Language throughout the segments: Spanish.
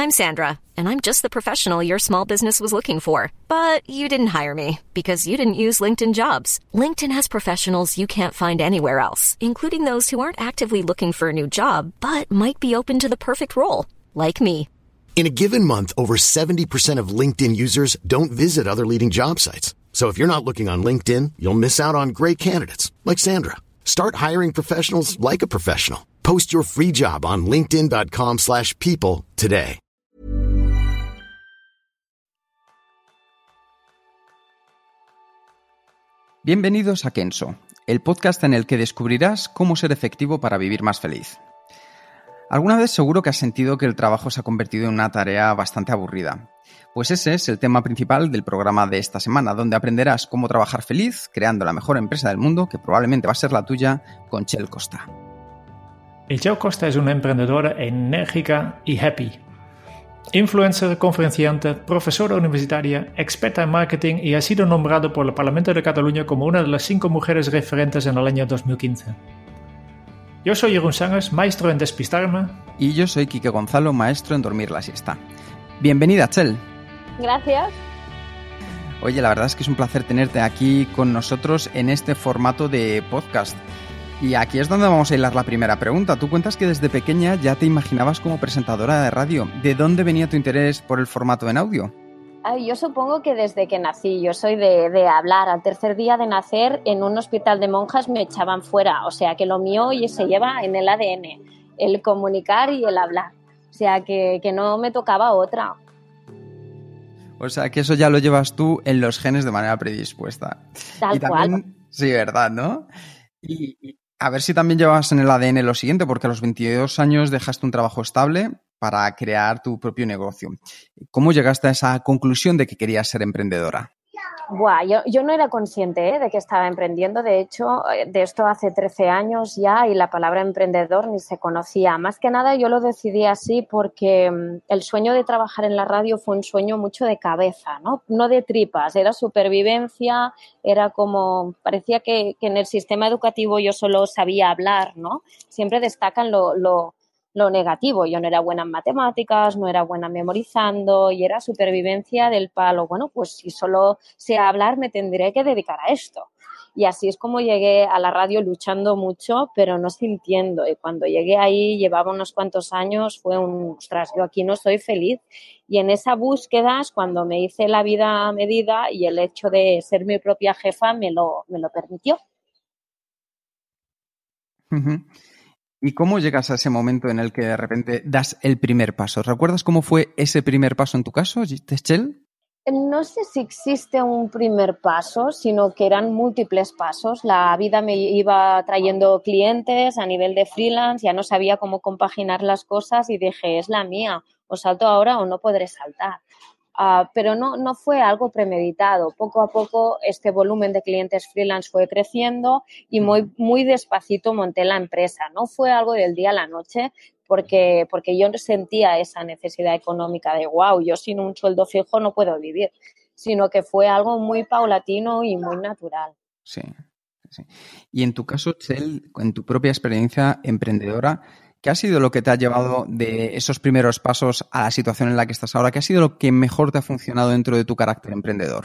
I'm Sandra, and I'm just the professional your small business was looking for. But you didn't hire me because you didn't use LinkedIn Jobs. LinkedIn has professionals you can't find anywhere else, including those who aren't actively looking for a new job, but might be open to the perfect role, like me. In a given month, over 70% of LinkedIn users don't visit other leading job sites. So if you're not looking on LinkedIn, you'll miss out on great candidates like Sandra. Start hiring professionals like a professional. Post your free job on linkedin.com/people today. Bienvenidos a Kenso, el podcast en el que descubrirás cómo ser efectivo para vivir más feliz. Alguna vez seguro que has sentido que el trabajo se ha convertido en una tarea bastante aburrida. Pues ese es el tema principal del programa de esta semana, donde aprenderás cómo trabajar feliz creando la mejor empresa del mundo, que probablemente va a ser la tuya, con Txell Costa. Txell Costa es una emprendedora enérgica y happy. Influencer, conferenciante, profesora universitaria, experta en marketing y ha sido nombrado por el Parlamento de Cataluña como una de las 5 mujeres referentes en el año 2015. Yo soy Jeroen Sangers, maestro en despistarme. Y yo soy Quique Gonzalo, maestro en dormir la siesta. Bienvenida, Txell. Gracias. Oye, la verdad es que es un placer tenerte aquí con nosotros en este formato de podcast. Y aquí es donde vamos a hilar la primera pregunta. Tú cuentas que desde pequeña ya te imaginabas como presentadora de radio. ¿De dónde venía tu interés por el formato en audio? Yo supongo que desde que nací. Yo soy de hablar. Al tercer día de nacer, en un hospital de monjas me echaban fuera. O sea, que lo mío se lleva en el ADN. El comunicar y el hablar. O sea, que no me tocaba otra. O sea, que eso ya lo llevas tú en los genes de manera predispuesta. Tal y también, cual. Sí, ¿verdad, no? Y a ver si también llevas en el ADN lo siguiente, porque a los 22 años dejaste un trabajo estable para crear tu propio negocio. ¿Cómo llegaste a esa conclusión de que querías ser emprendedora? Yo no era consciente de que estaba emprendiendo. De hecho, de esto hace 13 años ya y la palabra emprendedor ni se conocía. Más que nada yo lo decidí así porque el sueño de trabajar en la radio fue un sueño mucho de cabeza, no de tripas. Era supervivencia, era como... Parecía que en el sistema educativo yo solo sabía hablar, ¿no? Siempre destacan lo negativo. Yo no era buena en matemáticas, no era buena memorizando y era supervivencia del palo. Bueno, pues si solo sé hablar me tendré que dedicar a esto. Y así es como llegué a la radio luchando mucho, pero no sintiendo. Y cuando llegué ahí, llevaba unos cuantos años, fue ostras, yo aquí no soy feliz. Y en esa búsqueda es cuando me hice la vida a medida y el hecho de ser mi propia jefa me lo permitió. Uh-huh. ¿Y cómo llegas a ese momento en el que de repente das el primer paso? ¿Recuerdas cómo fue ese primer paso en tu caso, Txell? No sé si existe un primer paso, sino que eran múltiples pasos. La vida me iba trayendo clientes a nivel de freelance, ya no sabía cómo compaginar las cosas y dije, es la mía, o salto ahora o no podré saltar. Pero no fue algo premeditado. Poco a poco este volumen de clientes freelance fue creciendo y muy despacito monté la empresa. No fue algo del día a la noche porque yo sentía esa necesidad económica de yo sin un sueldo fijo no puedo vivir, sino que fue algo muy paulatino y muy natural. Sí. Y en tu caso, Txell, en tu propia experiencia emprendedora, ¿qué ha sido lo que te ha llevado de esos primeros pasos a la situación en la que estás ahora? ¿Qué ha sido lo que mejor te ha funcionado dentro de tu carácter emprendedor?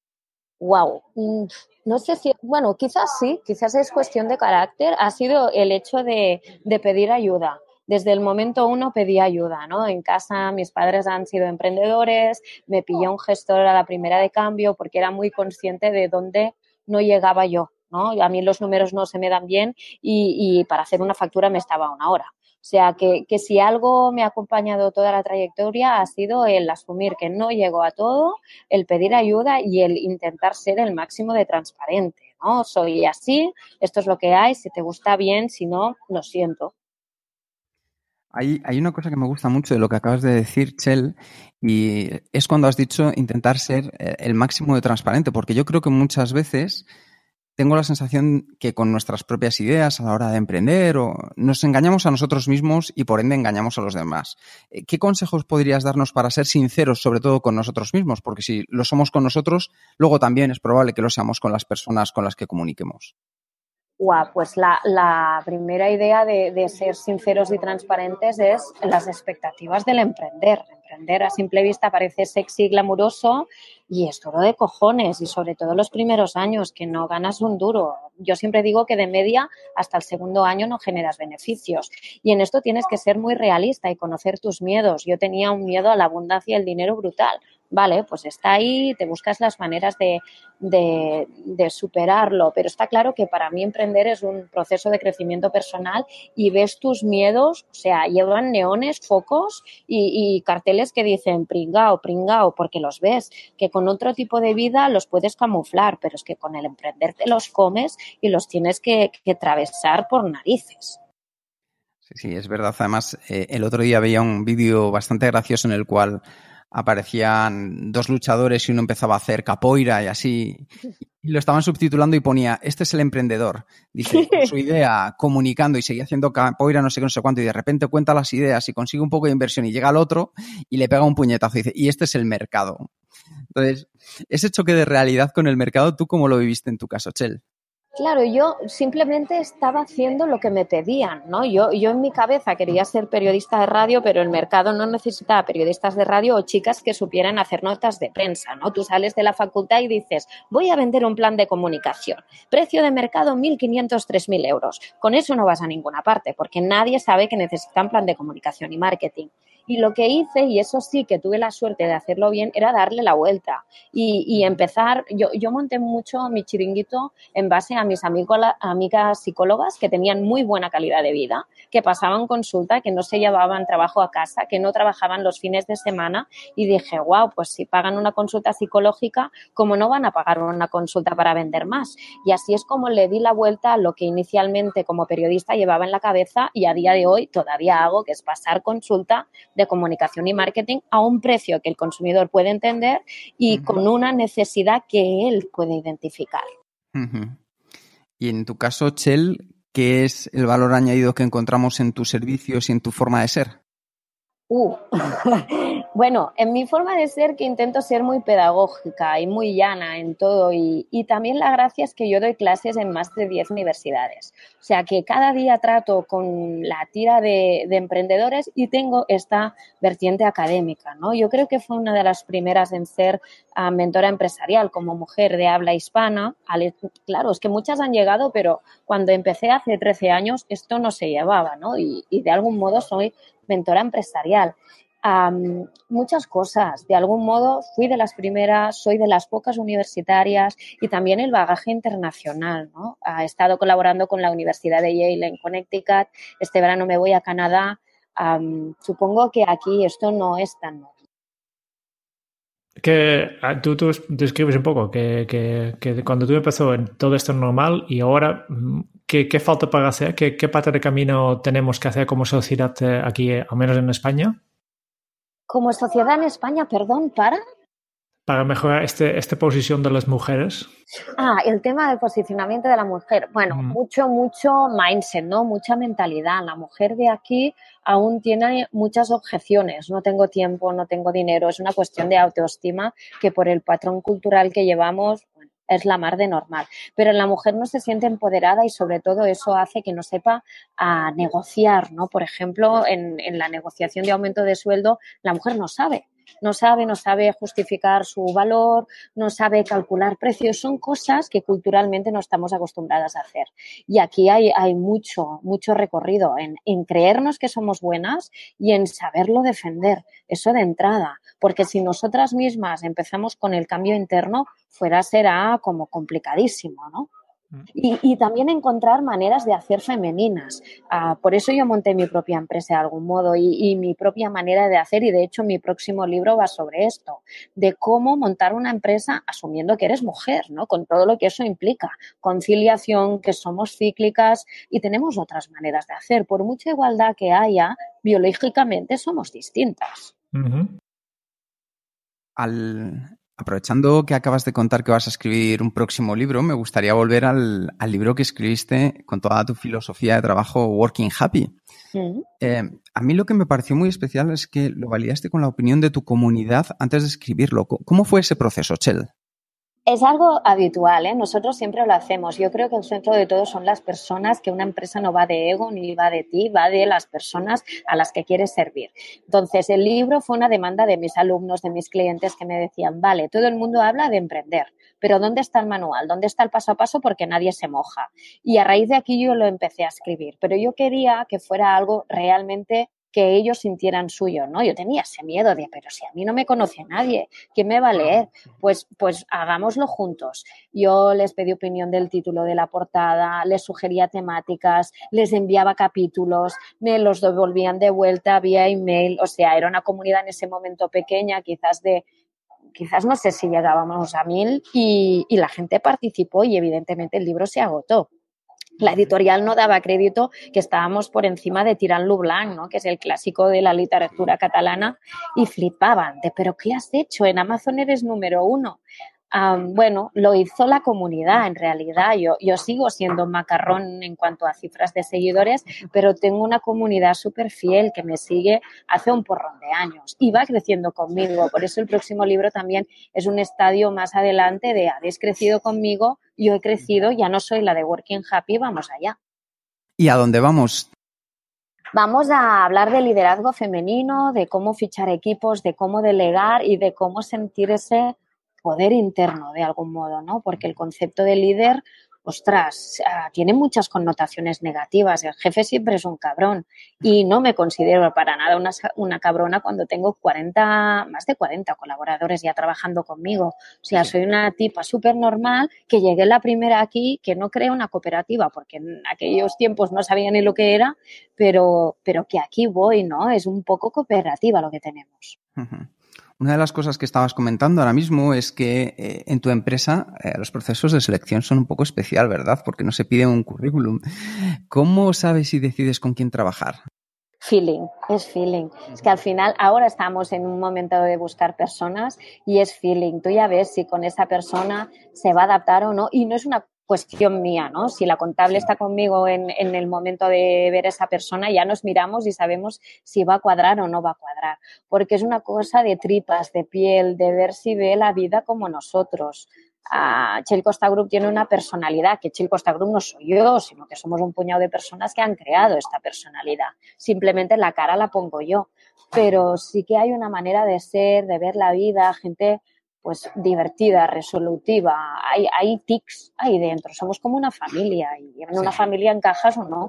No sé si, quizás sí, quizás es cuestión de carácter. Ha sido el hecho de pedir ayuda. Desde el momento 1 pedí ayuda, ¿no? En casa mis padres han sido emprendedores, me pillé un gestor a la primera de cambio porque era muy consciente de dónde no llegaba yo, ¿no? A mí los números no se me dan bien y para hacer una factura me estaba 1 hora. O sea, que si algo me ha acompañado toda la trayectoria ha sido el asumir que no llego a todo, el pedir ayuda y el intentar ser el máximo de transparente, ¿no? Soy así, esto es lo que hay, si te gusta bien, si no, lo siento. Hay una cosa que me gusta mucho de lo que acabas de decir, Txell, y es cuando has dicho intentar ser el máximo de transparente, porque yo creo que muchas veces tengo la sensación que con nuestras propias ideas a la hora de emprender nos engañamos a nosotros mismos y por ende engañamos a los demás. ¿Qué consejos podrías darnos para ser sinceros, sobre todo con nosotros mismos? Porque si lo somos con nosotros, luego también es probable que lo seamos con las personas con las que comuniquemos. Pues la primera idea de ser sinceros y transparentes es las expectativas del emprender. emprender a simple vista parece sexy y glamuroso y es duro de cojones y sobre todo los primeros años que no ganas un duro. Yo siempre digo que de media hasta el segundo año no generas beneficios y en esto tienes que ser muy realista y conocer tus miedos. Yo tenía un miedo a la abundancia y el dinero brutal. Vale, pues está ahí, te buscas las maneras de superarlo, pero está claro que para mí emprender es un proceso de crecimiento personal y ves tus miedos, o sea, llevan neones, focos y carteles que dicen pringao, pringao, porque los ves, que con otro tipo de vida los puedes camuflar, pero es que con el emprender te los comes y los tienes que atravesar por narices. Sí, es verdad. Además, el otro día veía un vídeo bastante gracioso en el cual aparecían dos luchadores y uno empezaba a hacer capoeira y así, y lo estaban subtitulando y ponía, este es el emprendedor, dice, con su idea, comunicando y seguía haciendo capoeira no sé qué, no sé cuánto, y de repente cuenta las ideas y consigue un poco de inversión y llega al otro y le pega un puñetazo y dice, y este es el mercado. Entonces, ese choque de realidad con el mercado, ¿tú cómo lo viviste en tu caso, Txell? Claro, yo simplemente estaba haciendo lo que me pedían, ¿no? Yo en mi cabeza quería ser periodista de radio, pero el mercado no necesitaba periodistas de radio o chicas que supieran hacer notas de prensa, ¿no? Tú sales de la facultad y dices, voy a vender un plan de comunicación. Precio de mercado 1.500, 3.000 euros. Con eso no vas a ninguna parte, porque nadie sabe que necesitan plan de comunicación y marketing. Y lo que hice, y eso sí que tuve la suerte de hacerlo bien, era darle la vuelta y empezar. Yo monté mucho mi chiringuito en base a mis amigas psicólogas que tenían muy buena calidad de vida, que pasaban consulta, que no se llevaban trabajo a casa, que no trabajaban los fines de semana y dije, wow, pues si pagan una consulta psicológica, ¿cómo no van a pagar una consulta para vender más? Y así es como le di la vuelta a lo que inicialmente como periodista llevaba en la cabeza y a día de hoy todavía hago, que es pasar consulta de comunicación y marketing a un precio que el consumidor puede entender y con una necesidad que él puede identificar. Y en tu caso, Txell, ¿qué es el valor añadido que encontramos en tus servicios y en tu forma de ser? Bueno, en mi forma de ser que intento ser muy pedagógica y muy llana en todo y también la gracia es que yo doy clases en más de 10 universidades. O sea que cada día trato con la tira de emprendedores y tengo esta vertiente académica, ¿no? Yo creo que fue una de las primeras en ser mentora empresarial como mujer de habla hispana. Claro, es que muchas han llegado, pero cuando empecé hace 13 años esto no se llevaba, ¿no? Y de algún modo soy mentora empresarial. Muchas cosas. De algún modo fui de las primeras, soy de las pocas universitarias y también el bagaje internacional, ¿no? He estado colaborando con la Universidad de Yale en Connecticut. Este verano me voy a Canadá. Supongo que aquí esto no es tan normal. Que tú describes un poco que cuando tú empezó todo esto normal y ahora, ¿qué falta para hacer? ¿Qué parte de camino tenemos que hacer como sociedad aquí, al menos en España? Como sociedad en España, perdón, para mejorar esta posición de las mujeres. El tema del posicionamiento de la mujer. Bueno, mucho mindset, ¿no? Mucha mentalidad. La mujer de aquí aún tiene muchas objeciones. No tengo tiempo, no tengo dinero. Es una cuestión de autoestima que por el patrón cultural que llevamos, bueno, es la mar de normal. Pero la mujer no se siente empoderada y sobre todo eso hace que no sepa negociar, ¿no? Por ejemplo, en la negociación de aumento de sueldo, la mujer no sabe justificar su valor, no sabe calcular precios. Son cosas que culturalmente no estamos acostumbradas a hacer. Y aquí hay mucho recorrido en creernos que somos buenas y en saberlo defender. Eso de entrada. Porque si nosotras mismas empezamos con el cambio interno, será como complicadísimo, ¿no? Y también encontrar maneras de hacer femeninas. Por eso yo monté mi propia empresa de algún modo y mi propia manera de hacer, y de hecho mi próximo libro va sobre esto, de cómo montar una empresa asumiendo que eres mujer, ¿no? Con todo lo que eso implica, conciliación, que somos cíclicas y tenemos otras maneras de hacer. Por mucha igualdad que haya, biológicamente somos distintas. Aprovechando que acabas de contar que vas a escribir un próximo libro, me gustaría volver al libro que escribiste con toda tu filosofía de trabajo, Working Happy. A mí lo que me pareció muy especial es que lo validaste con la opinión de tu comunidad antes de escribirlo. ¿Cómo fue ese proceso, Txell? Es algo habitual, ¿eh? Nosotros siempre lo hacemos. Yo creo que el centro de todo son las personas, que una empresa no va de ego ni va de ti, va de las personas a las que quieres servir. Entonces, el libro fue una demanda de mis alumnos, de mis clientes que me decían, vale, todo el mundo habla de emprender, pero ¿dónde está el manual? ¿Dónde está el paso a paso? Porque nadie se moja. Y a raíz de aquí yo lo empecé a escribir, pero yo quería que fuera algo realmente que ellos sintieran suyo, ¿no? Yo tenía ese miedo de, pero si a mí no me conoce nadie, ¿quién me va a leer? Pues hagámoslo juntos. Yo les pedí opinión del título, de la portada, les sugería temáticas, les enviaba capítulos, me los devolvían de vuelta vía email. O sea, era una comunidad en ese momento pequeña, quizás no sé si llegábamos a 1000 y la gente participó y evidentemente el libro se agotó. La editorial no daba crédito que estábamos por encima de Tirant lo Blanc, ¿no? Que es el clásico de la literatura catalana, y flipaban de, ¿pero qué has hecho? En Amazon eres número 1. Bueno, lo hizo la comunidad en realidad. Yo sigo siendo macarrón en cuanto a cifras de seguidores, pero tengo una comunidad súper fiel que me sigue hace un porrón de años y va creciendo conmigo. Por eso el próximo libro también es un estadio más adelante de habéis crecido conmigo, yo he crecido, ya no soy la de Working Happy, vamos allá. ¿Y a dónde vamos? Vamos a hablar de liderazgo femenino, de cómo fichar equipos, de cómo delegar y de cómo sentir ese poder interno de algún modo, ¿no? Porque el concepto de líder, ostras, tiene muchas connotaciones negativas. El jefe siempre es un cabrón y no me considero para nada una cabrona cuando tengo más de 40 colaboradores ya trabajando conmigo. O sea, soy una tipa súper normal que llegué la primera aquí, que no creé una cooperativa porque en aquellos tiempos no sabía ni lo que era, pero que aquí voy, ¿no? Es un poco cooperativa lo que tenemos. Uh-huh. Una de las cosas que estabas comentando ahora mismo es que en tu empresa los procesos de selección son un poco especial, ¿verdad? Porque no se pide un currículum. ¿Cómo sabes si decides con quién trabajar? Feeling, es feeling. Es que al final ahora estamos en un momento de buscar personas y es feeling. Tú ya ves si con esa persona se va a adaptar o no, y no es una cuestión mía, ¿no? Si la contable está conmigo en el momento de ver a esa persona, ya nos miramos y sabemos si va a cuadrar o no va a cuadrar, porque es una cosa de tripas, de piel, de ver si ve la vida como nosotros. Txell Costa Group tiene una personalidad, que Txell Costa Group no soy yo, sino que somos un puñado de personas que han creado esta personalidad. Simplemente la cara la pongo yo, pero sí que hay una manera de ser, de ver la vida, gente pues divertida, resolutiva, hay tics ahí dentro, somos como una familia y en una familia encajas o no.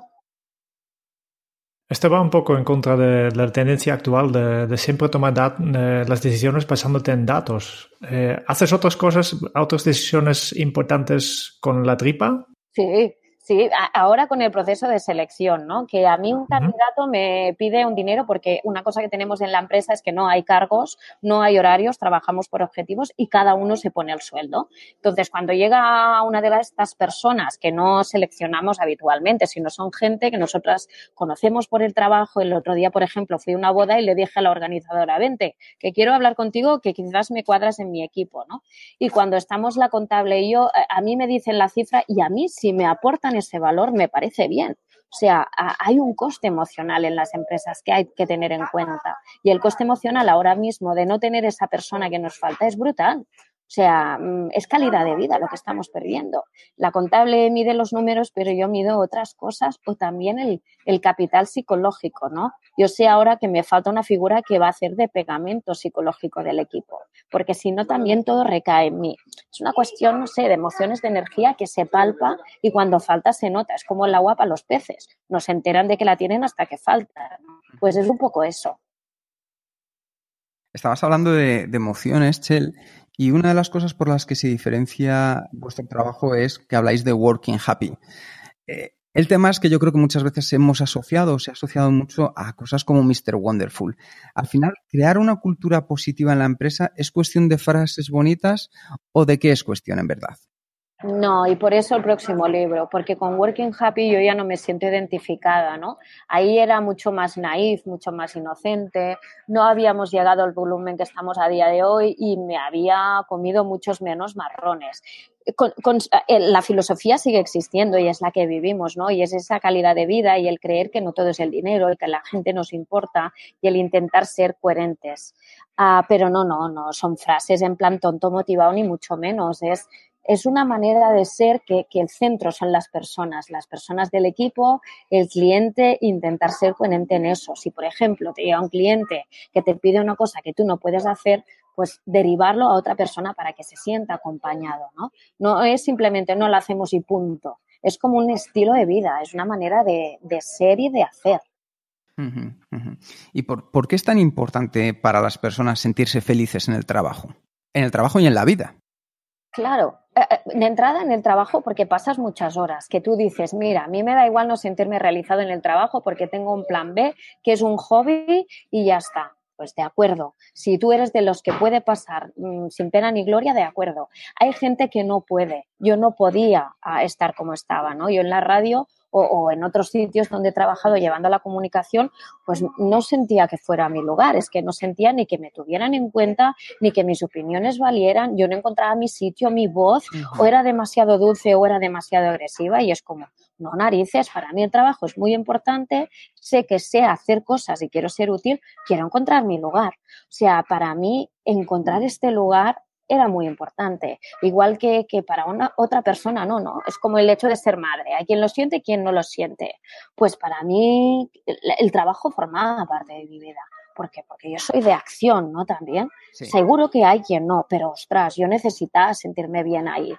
Esto va un poco en contra de la tendencia actual de siempre tomar las decisiones basándote en datos. ¿Haces otras cosas, otras decisiones importantes con la tripa? Sí, ahora con el proceso de selección, ¿no? Que a mí un candidato me pide un dinero porque una cosa que tenemos en la empresa es que no hay cargos, no hay horarios, trabajamos por objetivos y cada uno se pone el sueldo. Entonces, cuando llega una de estas personas que no seleccionamos habitualmente, sino son gente que nosotras conocemos por el trabajo, el otro día, por ejemplo, fui a una boda y le dije a la organizadora, vente, que quiero hablar contigo, que quizás me cuadras en mi equipo, ¿no? Y cuando estamos la contable y yo, a mí me dicen la cifra y a mí si me aportan ese valor me parece bien. O sea, hay un coste emocional en las empresas que hay que tener en cuenta. Y el coste emocional ahora mismo de no tener esa persona que nos falta es brutal. O sea, es calidad de vida lo que estamos perdiendo. La contable mide los números, pero yo mido otras cosas o también el capital psicológico, ¿no? Yo sé ahora que me falta una figura que va a hacer de pegamento psicológico del equipo, porque si no también todo recae en mí. Es una cuestión, no sé, de emociones, de energía que se palpa y cuando falta se nota. Es como el agua para los peces. No se enteran de que la tienen hasta que falta, ¿no? Pues es un poco eso. Estabas hablando de emociones, Txell, y una de las cosas por las que se diferencia vuestro trabajo es que habláis de working happy. El tema es que yo creo que muchas veces se ha asociado mucho a cosas como Mr. Wonderful. Al final, ¿crear una cultura positiva en la empresa es cuestión de frases bonitas o de qué es cuestión en verdad? No, y por eso el próximo libro, porque con Working Happy yo ya no me siento identificada, ¿no? Ahí era mucho más naif, mucho más inocente, no habíamos llegado al volumen que estamos a día de hoy y me había comido muchos menos marrones. La filosofía sigue existiendo y es la que vivimos, ¿no? Y es esa calidad de vida y el creer que no todo es el dinero y que a la gente nos importa y el intentar ser coherentes. Pero no, son frases en plan tonto motivado ni mucho menos, es una manera de ser que el centro son las personas del equipo, el cliente, intentar ser coherente en eso. Si, por ejemplo, te llega un cliente que te pide una cosa que tú no puedes hacer, pues derivarlo a otra persona para que se sienta acompañado, ¿no? No es simplemente no lo hacemos y punto. Es como un estilo de vida, es una manera de ser y de hacer. ¿Y por qué es tan importante para las personas sentirse felices en el trabajo? En el trabajo y en la vida. Claro, de entrada en el trabajo porque pasas muchas horas, que tú dices, mira, a mí me da igual no sentirme realizado en el trabajo porque tengo un plan B, que es un hobby y ya está. Pues de acuerdo, si tú eres de los que puede pasar sin pena ni gloria, de acuerdo. Hay gente que no puede, yo no podía estar como estaba, ¿no? Yo en la radio o en otros sitios donde he trabajado llevando la comunicación, pues no sentía que fuera mi lugar, es que no sentía ni que me tuvieran en cuenta, ni que mis opiniones valieran, yo no encontraba mi sitio, mi voz, o era demasiado dulce o era demasiado agresiva y es como, no narices, para mí el trabajo es muy importante, sé que sé hacer cosas y quiero ser útil, quiero encontrar mi lugar. O sea, para mí encontrar este lugar era muy importante. Igual que para otra persona, no. Es como el hecho de ser madre. Hay quien lo siente y quien no lo siente. Pues para mí el trabajo formaba parte de mi vida. ¿Por qué? Porque yo soy de acción, ¿no? También. Sí. Seguro que hay quien no, pero ostras, yo necesitaba sentirme bien ahí.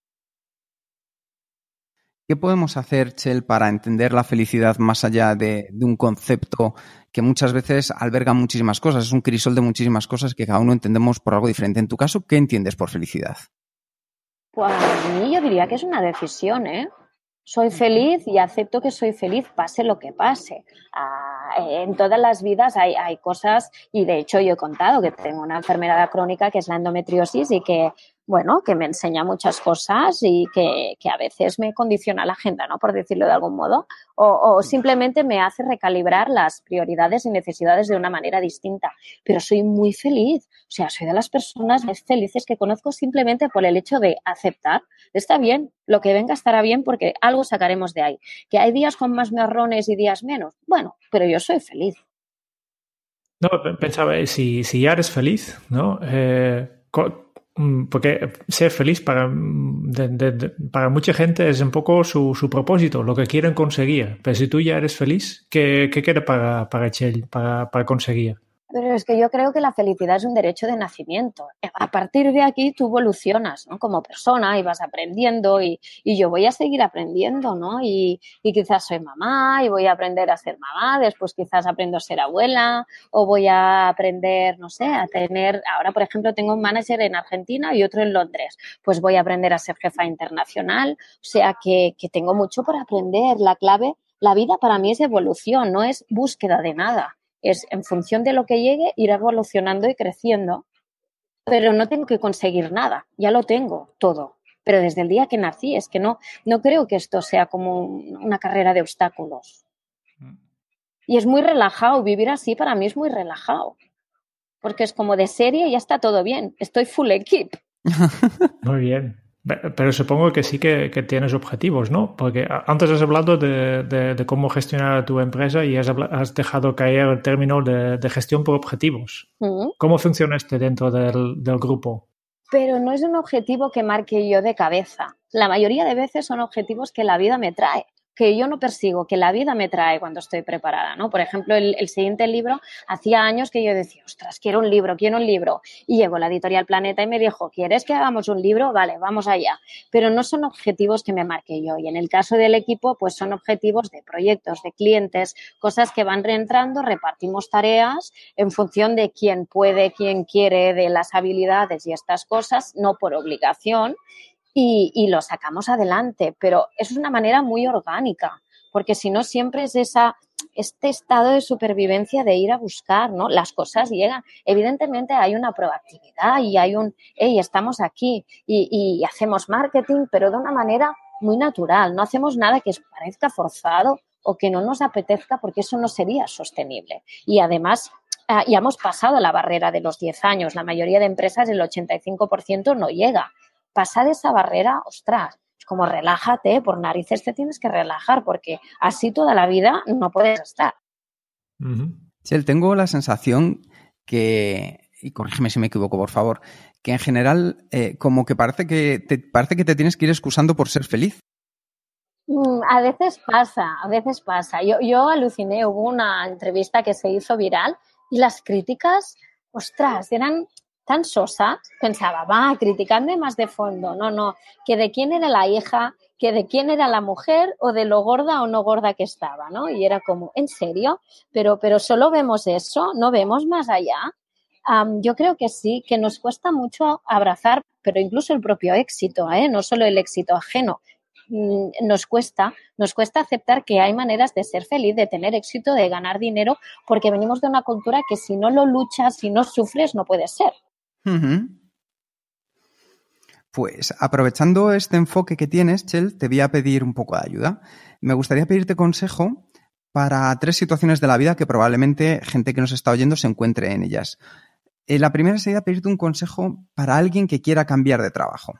¿Qué podemos hacer, Txell, para entender la felicidad más allá de un concepto que muchas veces alberga muchísimas cosas? Es un crisol de muchísimas cosas que cada uno entendemos por algo diferente. En tu caso, ¿qué entiendes por felicidad? Pues a mí yo diría que es una decisión, ¿eh? Soy feliz y acepto que soy feliz, pase lo que pase. En todas las vidas hay cosas, y de hecho yo he contado que tengo una enfermedad crónica que es la endometriosis y que, bueno, que me enseña muchas cosas y que a veces me condiciona la agenda, ¿no? Por decirlo de algún modo, o simplemente me hace recalibrar las prioridades y necesidades de una manera distinta. Pero soy muy feliz, o sea, soy de las personas más felices que conozco simplemente por el hecho de aceptar, está bien, lo que venga estará bien porque algo sacaremos de ahí. Que hay días con más marrones y días menos, bueno, pero yo soy feliz. No, pensaba, si ya eres feliz, ¿no? Porque ser feliz para mucha gente es un poco su propósito, lo que quieren conseguir. Pero si tú ya eres feliz, ¿qué queda para Txell, para conseguir? Pero es que yo creo que la felicidad es un derecho de nacimiento. A partir de aquí tú evolucionas, ¿no? Como persona y vas aprendiendo y yo voy a seguir aprendiendo, ¿no? Y quizás soy mamá y voy a aprender a ser mamá, después quizás aprendo a ser abuela o voy a aprender, no sé, a tener... Ahora, por ejemplo, tengo un manager en Argentina y otro en Londres. Pues voy a aprender a ser jefa internacional. O sea que tengo mucho por aprender. La clave, la vida para mí es evolución, no es búsqueda de nada. Es en función de lo que llegue ir evolucionando y creciendo, pero no tengo que conseguir nada, ya lo tengo todo. Pero desde el día que nací es que no creo que esto sea como una carrera de obstáculos. Y es muy relajado, vivir así para mí es muy relajado, porque es como de serie y ya está todo bien, estoy full equip. Muy bien. Pero supongo que sí que tienes objetivos, ¿no? Porque antes has hablado de cómo gestionar tu empresa y has dejado caer el término de gestión por objetivos. ¿Cómo funciona dentro del grupo? Pero no es un objetivo que marque yo de cabeza. La mayoría de veces son objetivos que la vida me trae, que yo no persigo, que la vida me trae cuando estoy preparada, ¿no? Por ejemplo, el siguiente libro, hacía años que yo decía, ostras, quiero un libro. Y llegó la editorial Planeta y me dijo, ¿quieres que hagamos un libro? Vale, vamos allá. Pero no son objetivos que me marque yo. Y en el caso del equipo, pues son objetivos de proyectos, de clientes, cosas que van reentrando, repartimos tareas en función de quién puede, quién quiere, de las habilidades y estas cosas, no por obligación. Y lo sacamos adelante, pero es una manera muy orgánica. porque si no siempre es este estado de supervivencia de ir a buscar, ¿no? Las cosas llegan. Evidentemente hay una proactividad y hay estamos aquí y hacemos marketing, pero de una manera muy natural. No hacemos nada que parezca forzado o que no nos apetezca, porque eso no sería sostenible. Y además, ya hemos pasado la barrera de los 10 años. La mayoría de empresas, el 85% no llega. Pasar esa barrera, ostras, es como relájate, por narices te tienes que relajar, porque así toda la vida no puedes estar. Chel, tengo la sensación que, y corrígeme si me equivoco, por favor, que en general como que parece que te tienes que ir excusando por ser feliz. A veces pasa. Yo aluciné, hubo una entrevista que se hizo viral y las críticas, ostras, eran tan sosas. Pensaba, criticadme más de fondo. No, que de quién era la hija, que de quién era la mujer o de lo gorda o no gorda que estaba, ¿no? Y era como, ¿en serio? Pero solo vemos eso, no vemos más allá. Yo creo que sí, que nos cuesta mucho abrazar, pero incluso el propio éxito, no solo el éxito ajeno. Nos cuesta aceptar que hay maneras de ser feliz, de tener éxito, de ganar dinero, porque venimos de una cultura que si no lo luchas, si no sufres, no puede ser. Pues aprovechando este enfoque que tienes, Chel, te voy a pedir un poco de ayuda. Me gustaría pedirte consejo para 3 situaciones de la vida que probablemente gente que nos está oyendo se encuentre en ellas. La primera sería pedirte un consejo para alguien que quiera cambiar de trabajo.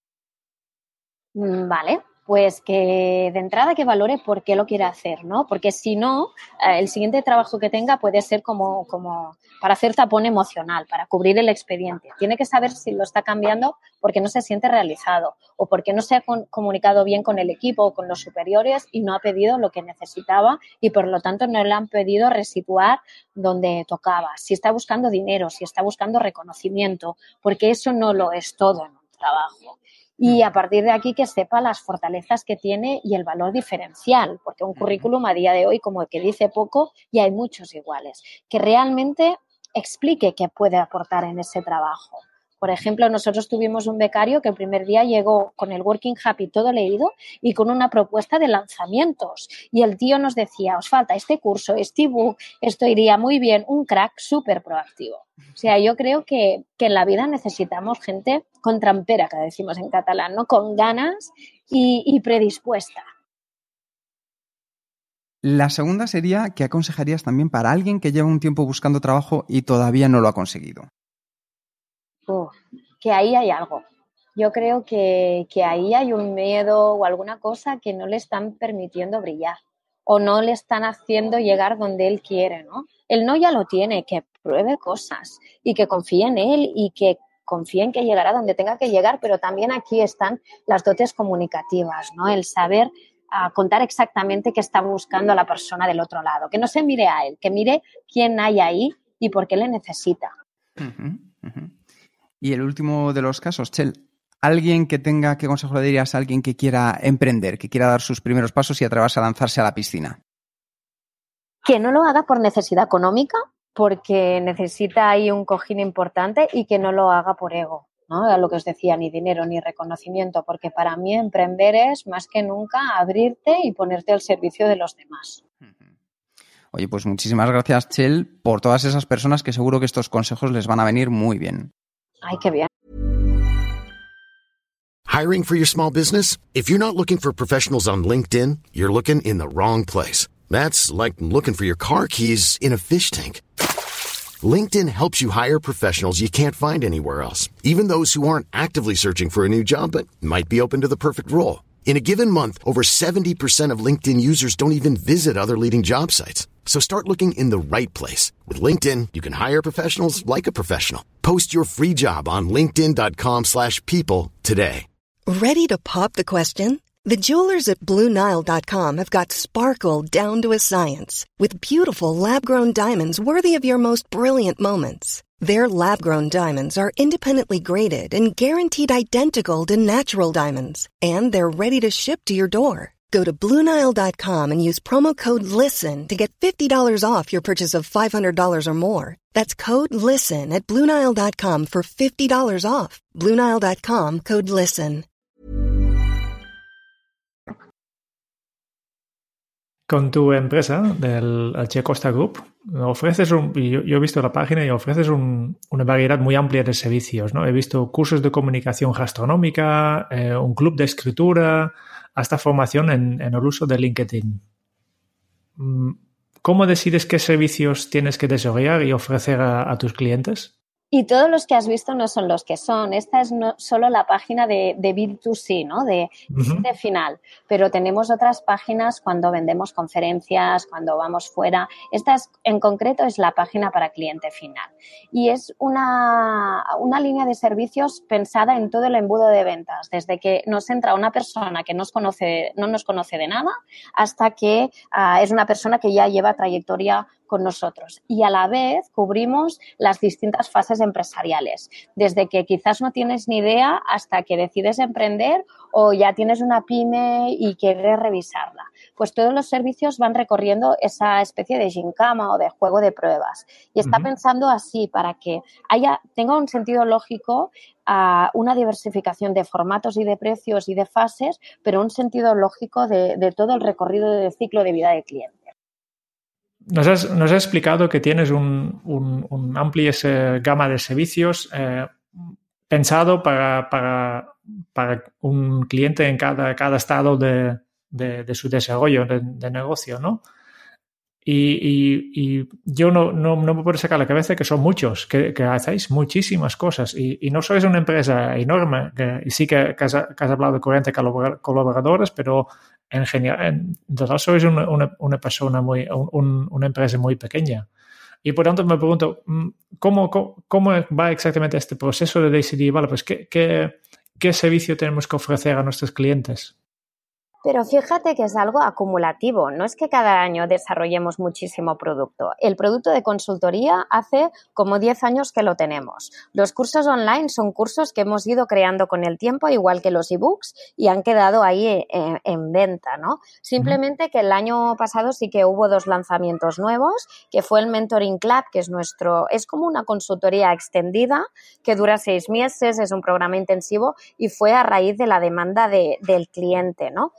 Vale, pues que de entrada que valore por qué lo quiere hacer, ¿no? Porque si no, el siguiente trabajo que tenga puede ser como para hacer tapón emocional, para cubrir el expediente. Tiene que saber si lo está cambiando porque no se siente realizado o porque no se ha comunicado bien con el equipo o con los superiores y no ha pedido lo que necesitaba y por lo tanto no le han pedido resituar donde tocaba. Si está buscando dinero, si está buscando reconocimiento, porque eso no lo es todo en un trabajo. Y a partir de aquí que sepa las fortalezas que tiene y el valor diferencial, porque un currículum a día de hoy como que dice poco y hay muchos iguales, que realmente explique qué puede aportar en ese trabajo. Por ejemplo, nosotros tuvimos un becario que el primer día llegó con el Working Happy todo leído y con una propuesta de lanzamientos. Y el tío nos decía, os falta este curso, este ebook, esto iría muy bien, un crack súper proactivo. O sea, yo creo que en la vida necesitamos gente con trampera, que decimos en catalán, ¿no? Con ganas y predispuesta. La segunda sería, ¿qué aconsejarías también para alguien que lleva un tiempo buscando trabajo y todavía no lo ha conseguido? Que ahí hay algo. Yo creo que ahí hay un miedo o alguna cosa que no le están permitiendo brillar o no le están haciendo llegar donde él quiere, ¿no? El no ya lo tiene, que pruebe cosas y que confíe en él y que confíe en que llegará donde tenga que llegar, pero también aquí están las dotes comunicativas, ¿no? El saber contar exactamente qué está buscando la persona del otro lado, que no se mire a él, que mire quién hay ahí y por qué le necesita. Y el último de los casos, Chel, ¿qué consejo le dirías a alguien que quiera emprender, que quiera dar sus primeros pasos y atreverse a lanzarse a la piscina? Que no lo haga por necesidad económica, porque necesita ahí un cojín importante y que no lo haga por ego, ¿no? A lo que os decía, ni dinero ni reconocimiento, porque para mí emprender es más que nunca abrirte y ponerte al servicio de los demás. Oye, pues muchísimas gracias, Chel, por todas esas personas que seguro que estos consejos les van a venir muy bien. Ay, qué bien. Hiring for your small business? If you're not looking for professionals on LinkedIn, you're looking in the wrong place. That's like looking for your car keys in a fish tank. LinkedIn helps you hire professionals you can't find anywhere else, even those who aren't actively searching for a new job but might be open to the perfect role. In a given month, over 70% of LinkedIn users don't even visit other leading job sites. So start looking in the right place. With LinkedIn, you can hire professionals like a professional. Post your free job on linkedin.com/people today. Ready to pop the question? The jewelers at BlueNile.com have got sparkle down to a science with beautiful lab-grown diamonds worthy of your most brilliant moments. Their lab-grown diamonds are independently graded and guaranteed identical to natural diamonds. And they're ready to ship to your door. Go to BlueNile.com and use promo code LISTEN to get $50 off your purchase of $500 or more. That's code LISTEN at BlueNile.com for $50 off. BlueNile.com, code LISTEN. con tu empresa, del Che Costa Group, ofreces yo he visto la página y ofreces una variedad muy amplia de servicios, ¿no? He visto cursos de comunicación gastronómica, un club de escritura, hasta formación en el uso de LinkedIn. ¿Cómo decides qué servicios tienes que desarrollar y ofrecer a tus clientes? Y todos los que has visto no son los que son. Esta es solo la página de B2C, ¿no? De cliente final. Pero tenemos otras páginas cuando vendemos conferencias, cuando vamos fuera. Esta en concreto es la página para cliente final. Y es una línea de servicios pensada en todo el embudo de ventas. Desde que nos entra una persona que no nos conoce de nada hasta que es una persona que ya lleva trayectoria con nosotros, y a la vez cubrimos las distintas fases empresariales, desde que quizás no tienes ni idea hasta que decides emprender o ya tienes una pyme y quieres revisarla. Pues todos los servicios van recorriendo esa especie de gincama o de juego de pruebas, y está pensando así para que tenga un sentido lógico, una diversificación de formatos y de precios y de fases, pero un sentido lógico de todo el recorrido del ciclo de vida del cliente. Nos has explicado que tienes un amplia gama de servicios pensado para un cliente en cada estado de su desarrollo de negocio, ¿no? Y yo no me puedo sacar la cabeza que son muchos, que hacéis muchísimas cosas y no sois una empresa enorme, y sí que has hablado de 40 colaboradores, pero en general, en total sois una persona una empresa muy pequeña. Y por tanto me pregunto, ¿cómo va exactamente este proceso de decidir, vale, pues qué servicio tenemos que ofrecer a nuestros clientes? Pero fíjate que es algo acumulativo, no es que cada año desarrollemos muchísimo producto. El producto de consultoría hace como 10 años que lo tenemos. Los cursos online son cursos que hemos ido creando con el tiempo, igual que los ebooks, y han quedado ahí en venta, ¿no? Simplemente que el año pasado sí que hubo 2 lanzamientos nuevos, que fue el Mentoring Club, que es como una consultoría extendida que dura 6 meses, es un programa intensivo y fue a raíz de la demanda del cliente, ¿no?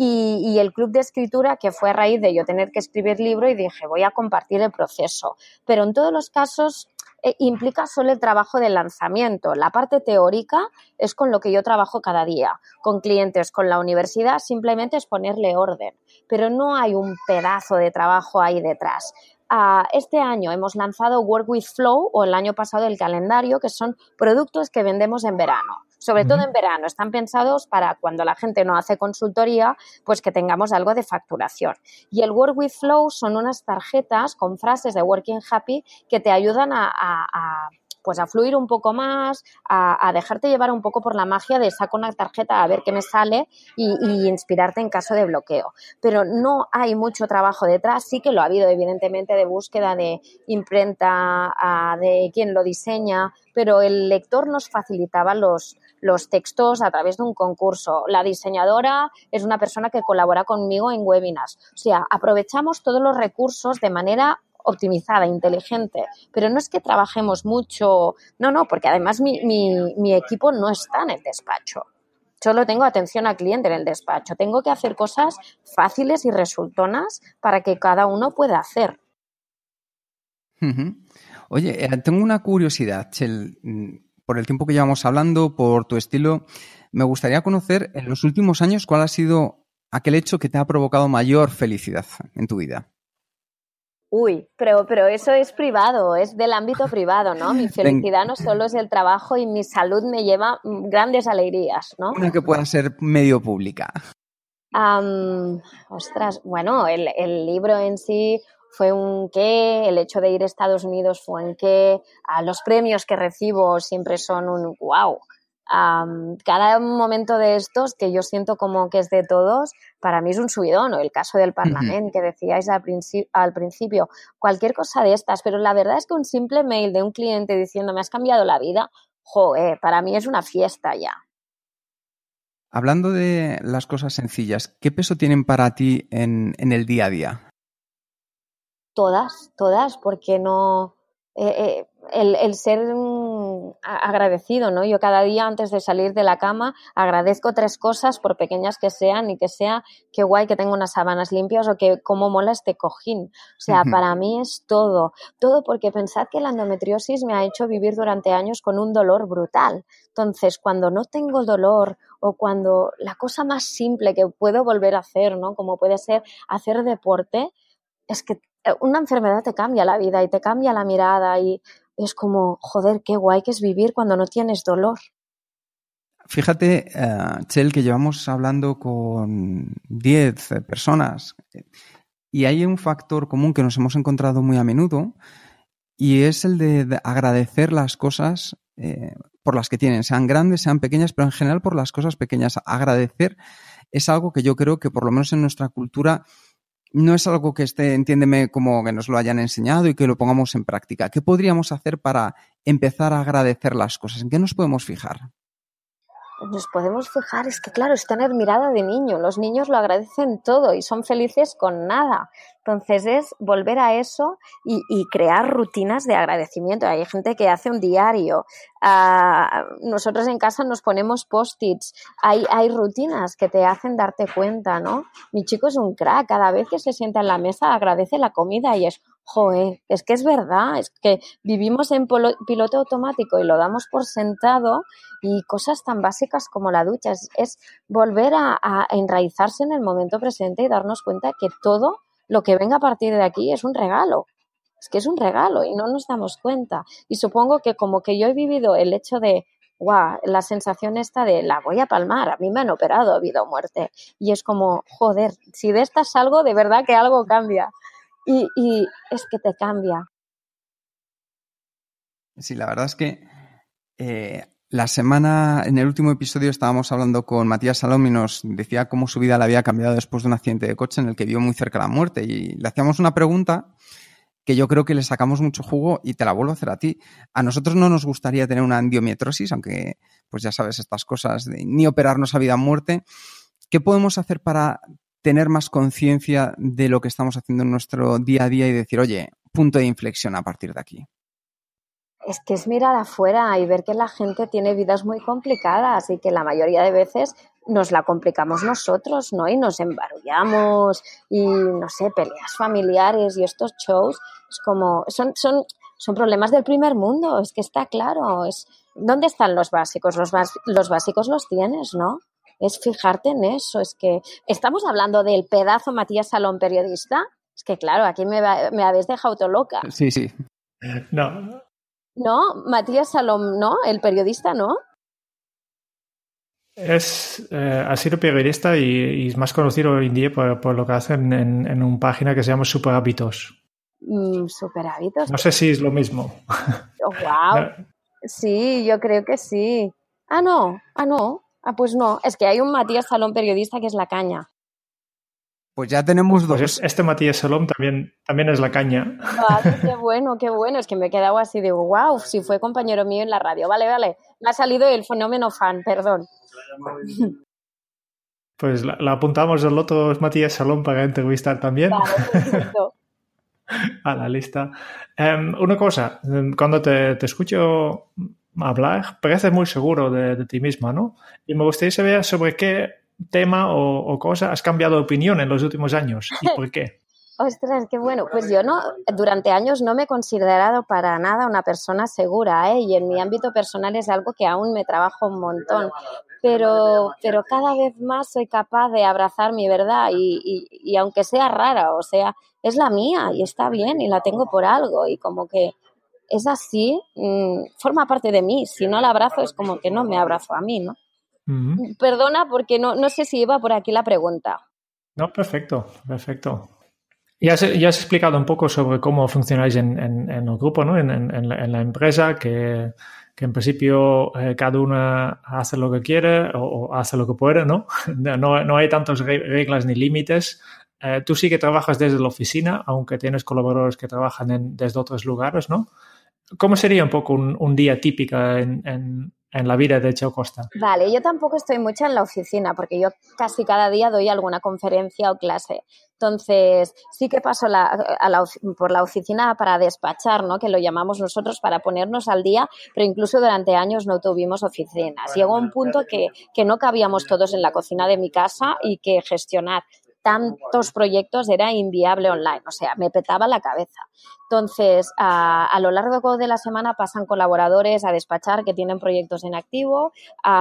Y el club de escritura, que fue a raíz de yo tener que escribir libro y dije, voy a compartir el proceso. Pero en todos los casos implica solo el trabajo del lanzamiento. La parte teórica es con lo que yo trabajo cada día. Con clientes, con la universidad, simplemente es ponerle orden. Pero no hay un pedazo de trabajo ahí detrás. Este año hemos lanzado Work with Flow, o el año pasado el calendario, que son productos que vendemos en verano. Sobre todo en verano, están pensados para cuando la gente no hace consultoría, pues que tengamos algo de facturación. Y el Work with Flow son unas tarjetas con frases de Working Happy que te ayudan pues a fluir un poco más, a dejarte llevar un poco por la magia de saco una tarjeta a ver qué me sale y inspirarte en caso de bloqueo. Pero no hay mucho trabajo detrás, sí que lo ha habido evidentemente de búsqueda de imprenta, de quién lo diseña, pero el lector nos facilitaba los textos a través de un concurso. La diseñadora es una persona que colabora conmigo en webinars. O sea, aprovechamos todos los recursos de manera optimizada, inteligente, pero no es que trabajemos mucho, no, porque además mi equipo no está en el despacho. Solo tengo atención al cliente en el despacho. Tengo que hacer cosas fáciles y resultonas para que cada uno pueda hacer. Oye, tengo una curiosidad, Chel. Por el tiempo que llevamos hablando, por tu estilo, me gustaría conocer en los últimos años cuál ha sido aquel hecho que te ha provocado mayor felicidad en tu vida. Uy, pero eso es privado, es del ámbito privado, ¿no? Mi felicidad no solo es el trabajo y mi salud me lleva grandes alegrías, ¿no? Una que pueda ser medio pública. Bueno, el libro en sí fue un qué, el hecho de ir a Estados Unidos fue un qué, los premios que recibo siempre son un wow. Cada momento de estos que yo siento como que es de todos, para mí es un subidón, o el caso del Parlamento que decíais al principio, cualquier cosa de estas, pero la verdad es que un simple mail de un cliente diciendo me has cambiado la vida, para mí es una fiesta ya. Hablando de las cosas sencillas, ¿qué peso tienen para ti en el día a día? Todas, porque no... El ser agradecido, ¿no? Yo cada día antes de salir de la cama agradezco 3 cosas, por pequeñas que sean, y que sea qué guay que tengo unas sábanas limpias o que cómo mola este cojín. O sea, para mí es todo porque pensad que la endometriosis me ha hecho vivir durante años con un dolor brutal. Entonces, cuando no tengo dolor o cuando la cosa más simple que puedo volver a hacer, ¿no? Como puede ser hacer deporte, es que una enfermedad te cambia la vida y te cambia la mirada y es como, joder, qué guay que es vivir cuando no tienes dolor. Fíjate, Txell, que llevamos hablando con 10 personas y hay un factor común que nos hemos encontrado muy a menudo y es el de agradecer las cosas por las que tienen, sean grandes, sean pequeñas, pero en general por las cosas pequeñas. Agradecer es algo que yo creo que por lo menos en nuestra cultura no es algo que entiéndeme, como que nos lo hayan enseñado y que lo pongamos en práctica. ¿Qué podríamos hacer para empezar a agradecer las cosas? ¿En qué nos podemos fijar? Nos podemos fijar, es que claro, es tener mirada de niño. Los niños lo agradecen todo y son felices con nada. Entonces es volver a eso y crear rutinas de agradecimiento. Hay gente que hace un diario. Nosotros en casa nos ponemos post-its. Hay rutinas que te hacen darte cuenta, ¿no? Mi chico es un crack. Cada vez que se sienta en la mesa agradece la comida y es, joder, es que es verdad. Es que vivimos en piloto automático y lo damos por sentado y cosas tan básicas como la ducha. Es volver a enraizarse en el momento presente y darnos cuenta que todo lo que venga a partir de aquí es un regalo. Es que es un regalo y no nos damos cuenta. Y supongo que como que yo he vivido el hecho de, la sensación esta de la voy a palmar, a mí me han operado, vida o muerte. Y es como, joder, si de esta salgo, de verdad que algo cambia. Y es que te cambia. Sí, la verdad es que la semana, en el último episodio estábamos hablando con Matías Salom y nos decía cómo su vida le había cambiado después de un accidente de coche en el que vio muy cerca la muerte y le hacíamos una pregunta que yo creo que le sacamos mucho jugo y te la vuelvo a hacer a ti. A nosotros no nos gustaría tener una endometriosis, aunque pues ya sabes estas cosas de ni operarnos a vida o muerte. ¿Qué podemos hacer para tener más conciencia de lo que estamos haciendo en nuestro día a día y decir, oye, punto de inflexión a partir de aquí? Es que es mirar afuera y ver que la gente tiene vidas muy complicadas y que la mayoría de veces nos la complicamos nosotros, ¿no? Y nos embarullamos y, no sé, peleas familiares y estos shows, es como, son problemas del primer mundo, es que está claro. ¿Dónde están los básicos? Los básicos los tienes, ¿no? Es fijarte en eso, es que estamos hablando del pedazo Matías Salom, periodista, es que claro, aquí me habéis dejado todo loca. Sí. No, Matías Salom, ¿no? El periodista, ¿no? Ha sido periodista y es más conocido hoy en día por lo que hacen en una página que se llama Super Hábitos. Super Hábitos. No sé si es lo mismo. Oh, wow. No. Sí, yo creo que sí. No. Pues no. Es que hay un Matías Salom periodista que es la caña. Pues ya tenemos dos. Pues este Matías Salom también es la caña. Vale, qué bueno. Es que me he quedado así de wow, si fue compañero mío en la radio. Vale. Me ha salido el fenómeno fan, perdón. Pues la apuntamos al otro Matías Salom para entrevistar también. Vale, perfecto. A la lista. Una cosa, cuando te escucho hablar, pareces muy seguro de ti misma, ¿no? Y me gustaría saber sobre qué tema o cosa has cambiado de opinión en los últimos años y por qué. Ostras, qué bueno. Pues yo durante años no me he considerado para nada una persona segura, y en mi ámbito personal es algo que aún me trabajo un montón. Pero cada vez más soy capaz de abrazar mi verdad y aunque sea rara, o sea, es la mía y está bien y la tengo por algo y como que es así, forma parte de mí. Si no la abrazo es como que no me abrazo a mí, ¿no? Uh-huh. Perdona porque no sé si iba por aquí la pregunta. No, perfecto. Ya has explicado un poco sobre cómo funcionáis en el grupo, ¿no? En la empresa, que en principio cada una hace lo que quiere o hace lo que puede, ¿no? No hay tantas reglas ni límites. Tú sí que trabajas desde la oficina, aunque tienes colaboradores que trabajan desde otros lugares, ¿no? ¿Cómo sería un poco un día típico en en la vida de Txell Costa? Vale, yo tampoco estoy mucho en la oficina porque yo casi cada día doy alguna conferencia o clase. Entonces, sí que paso por la oficina para despachar, ¿no? Que lo llamamos nosotros, para ponernos al día, pero incluso durante años no tuvimos oficinas. Llegó un punto que no cabíamos todos en la cocina de mi casa y que gestionar tantos proyectos era inviable online, o sea, me petaba la cabeza. Entonces, a lo largo de la semana pasan colaboradores a despachar que tienen proyectos en activo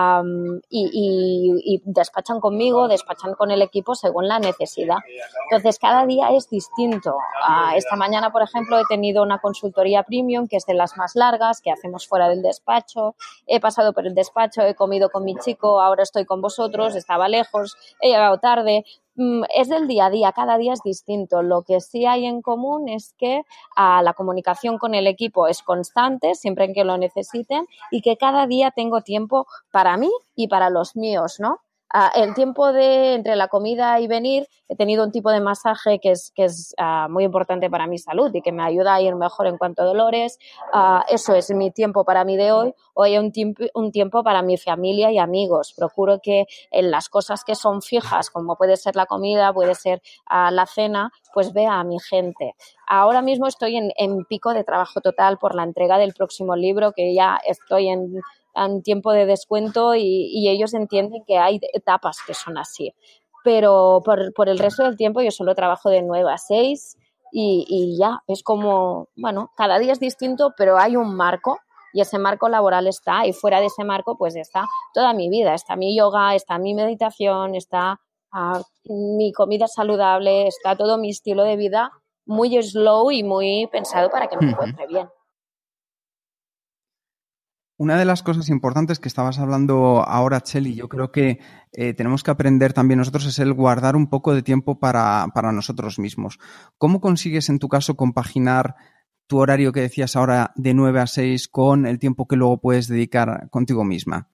y despachan conmigo, despachan con el equipo según la necesidad. Entonces, cada día es distinto. Esta mañana, por ejemplo, he tenido una consultoría premium, que es de las más largas, que hacemos fuera del despacho. He pasado por el despacho, he comido con mi chico, ahora estoy con vosotros, estaba lejos, he llegado tarde. Es del día a día, cada día es distinto. Lo que sí hay en común es que la comunicación con el equipo es constante, siempre que lo necesiten, y que cada día tengo tiempo para mí y para los míos, ¿no? El tiempo entre la comida y venir, he tenido un tipo de masaje que es muy importante para mi salud y que me ayuda a ir mejor en cuanto a dolores. Eso es mi tiempo para mí de hoy. Hoy hay un tiempo para mi familia y amigos. Procuro que en las cosas que son fijas, como puede ser la comida, puede ser la cena, pues vea a mi gente. Ahora mismo estoy en pico de trabajo total por la entrega del próximo libro, que ya estoy en tiempo de descuento y ellos entienden que hay etapas que son así. Pero por el resto del tiempo yo solo trabajo de 9 a 6 y ya, es como, bueno, cada día es distinto, pero hay un marco y ese marco laboral está, y fuera de ese marco pues está toda mi vida, está mi yoga, está mi meditación, está mi comida saludable, está todo mi estilo de vida muy slow y muy pensado para que me encuentre bien. Una de las cosas importantes que estabas hablando ahora, Txell, y yo creo que tenemos que aprender también nosotros, es el guardar un poco de tiempo para nosotros mismos. ¿Cómo consigues, en tu caso, compaginar tu horario que decías ahora de 9 a 6 con el tiempo que luego puedes dedicar contigo misma?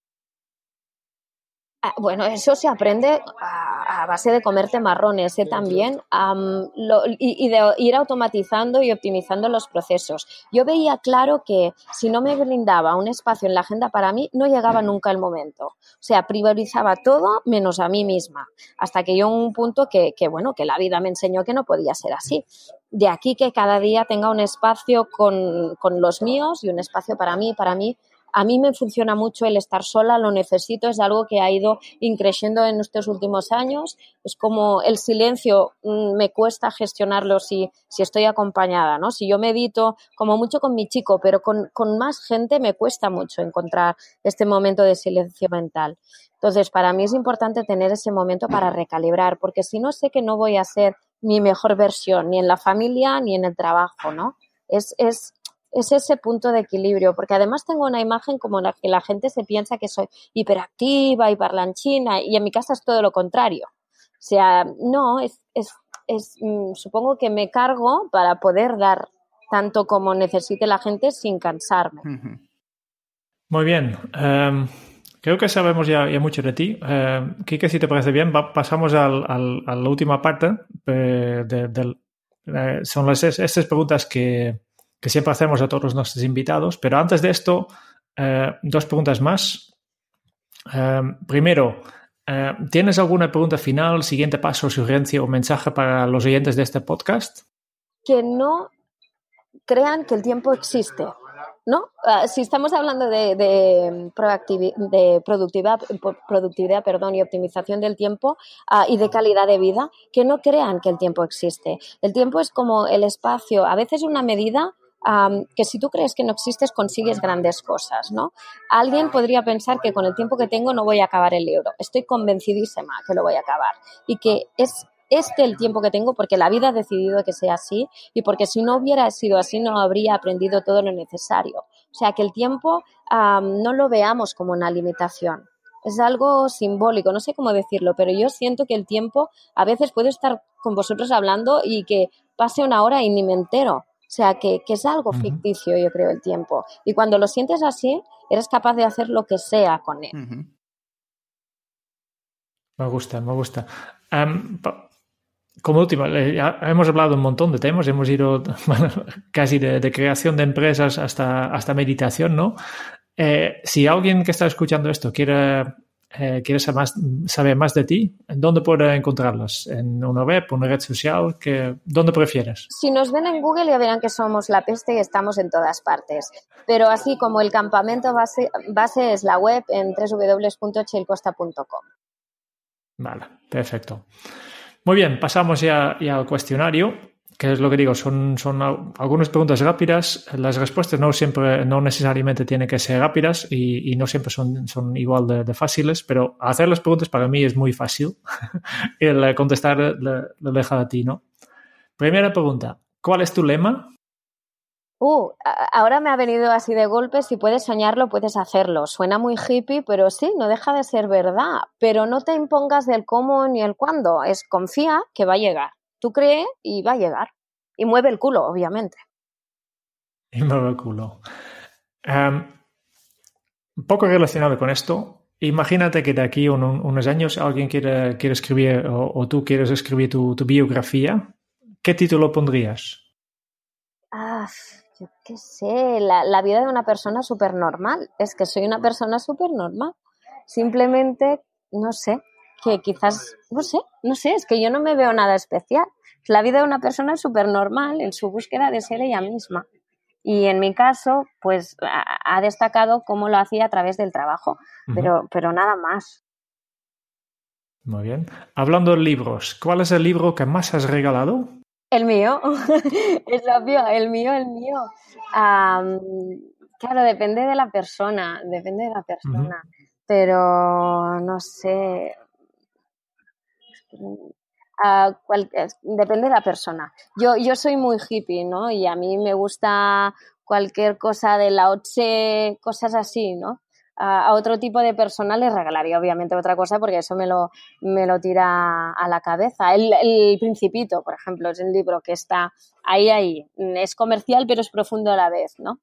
Bueno, eso se aprende a base de comerte marrones, también, y de ir automatizando y optimizando los procesos. Yo veía claro que si no me brindaba un espacio en la agenda para mí, no llegaba nunca el momento. O sea, priorizaba todo menos a mí misma, hasta que llegó un punto que la vida me enseñó que no podía ser así. De aquí que cada día tenga un espacio con los míos y un espacio para mí. A mí me funciona mucho el estar sola, lo necesito, es algo que ha ido increciendo en estos últimos años. Es como el silencio, me cuesta gestionarlo si estoy acompañada, ¿no? Si yo medito, como mucho con mi chico, pero con más gente me cuesta mucho encontrar este momento de silencio mental. Entonces, para mí es importante tener ese momento para recalibrar, porque si no, sé que no voy a ser mi mejor versión, ni en la familia ni en el trabajo, ¿no? Es ese punto de equilibrio, porque además tengo una imagen como la que la gente se piensa que soy hiperactiva y parlanchina, y en mi casa es todo lo contrario. O sea, no, supongo que me cargo para poder dar tanto como necesite la gente sin cansarme. Muy bien. Creo que sabemos ya mucho de ti. Quique, si te parece bien, pasamos a la última parte. Son estas preguntas que siempre hacemos a todos nuestros invitados, pero antes de esto, 2 preguntas más. Primero, ¿tienes alguna pregunta final, siguiente paso, sugerencia o mensaje para los oyentes de este podcast? Que no crean que el tiempo existe, ¿no? Si estamos hablando de productividad, y optimización del tiempo y de calidad de vida, que no crean que el tiempo existe. El tiempo es como el espacio, a veces una medida que si tú crees que no existes consigues grandes cosas, ¿no? Alguien podría pensar que con el tiempo que tengo no voy a acabar el libro. Estoy convencidísima que lo voy a acabar y que es el tiempo que tengo porque la vida ha decidido que sea así y porque si no hubiera sido así no habría aprendido todo lo necesario. O sea, que el tiempo no lo veamos como una limitación. Es algo simbólico, no sé cómo decirlo, pero yo siento que el tiempo, a veces puedo estar con vosotros hablando y que pase una hora y ni me entero. O sea, que es algo ficticio, yo creo, el tiempo. Y cuando lo sientes así, eres capaz de hacer lo que sea con él. Me gusta. Como última, hemos hablado un montón de temas, hemos ido casi de creación de empresas hasta meditación, ¿no? Si alguien que está escuchando esto quiere saber más de ti, ¿dónde puede encontrarlos? ¿En una web, una red social? ¿Dónde prefieres? Si nos ven en Google ya verán que somos la peste y estamos en todas partes. Pero así como el campamento base es la web en www.chelcosta.com. Vale, perfecto. Muy bien, pasamos ya al cuestionario, que es lo que digo, son algunas preguntas rápidas. Las respuestas no necesariamente tienen que ser rápidas y no siempre son igual de fáciles, pero hacer las preguntas para mí es muy fácil. El contestar lo deja a ti, ¿no? Primera pregunta, ¿cuál es tu lema? Ahora me ha venido así de golpe, si puedes soñarlo, puedes hacerlo. Suena muy hippie, pero sí, no deja de ser verdad. Pero no te impongas del cómo ni el cuándo, confía que va a llegar. Tú cree y va a llegar. Y mueve el culo, obviamente. Y mueve el culo. Un poco relacionado con esto, imagínate que de aquí a unos años alguien quiere escribir o tú quieres escribir tu biografía. ¿Qué título pondrías? Yo qué sé, la vida de una persona súper normal. Es que soy una persona súper normal. Simplemente, no sé, que quizás, no sé, es que yo no me veo nada especial. La vida de una persona es súper normal en su búsqueda de ser ella misma. Y en mi caso, pues ha destacado cómo lo hacía a través del trabajo, pero nada más. Muy bien. Hablando de libros, ¿cuál es el libro que más has regalado? El mío, es obvio, el mío. Claro, depende de la persona, pero no sé, depende de la persona. Yo soy muy hippie, ¿no? Y a mí me gusta cualquier cosa de Lao Tse, cosas así, ¿no? A otro tipo de persona les regalaría obviamente otra cosa porque eso me lo tira a la cabeza. El Principito, por ejemplo, es el libro que está ahí. Es comercial pero es profundo a la vez, ¿no?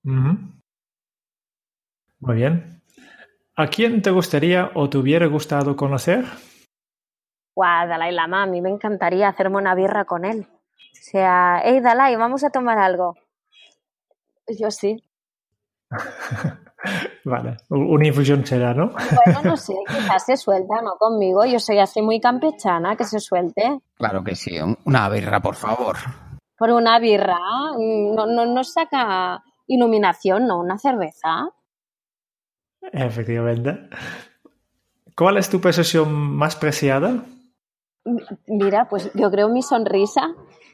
Muy bien. ¿A quién te gustaría o te hubiera gustado conocer? Dalai Lama, a mí me encantaría hacerme una birra con él. O sea, hey Dalai, vamos a tomar algo. Yo sí. Vale, una infusión será, ¿no? Bueno, no sé, quizás se suelta, ¿no? Conmigo, yo soy así muy campechana, que se suelte. Claro que sí, una birra, por favor. Por una birra, no saca iluminación, ¿no? Una cerveza. Efectivamente. ¿Cuál es tu posesión más preciada? Mira, pues yo creo mi sonrisa,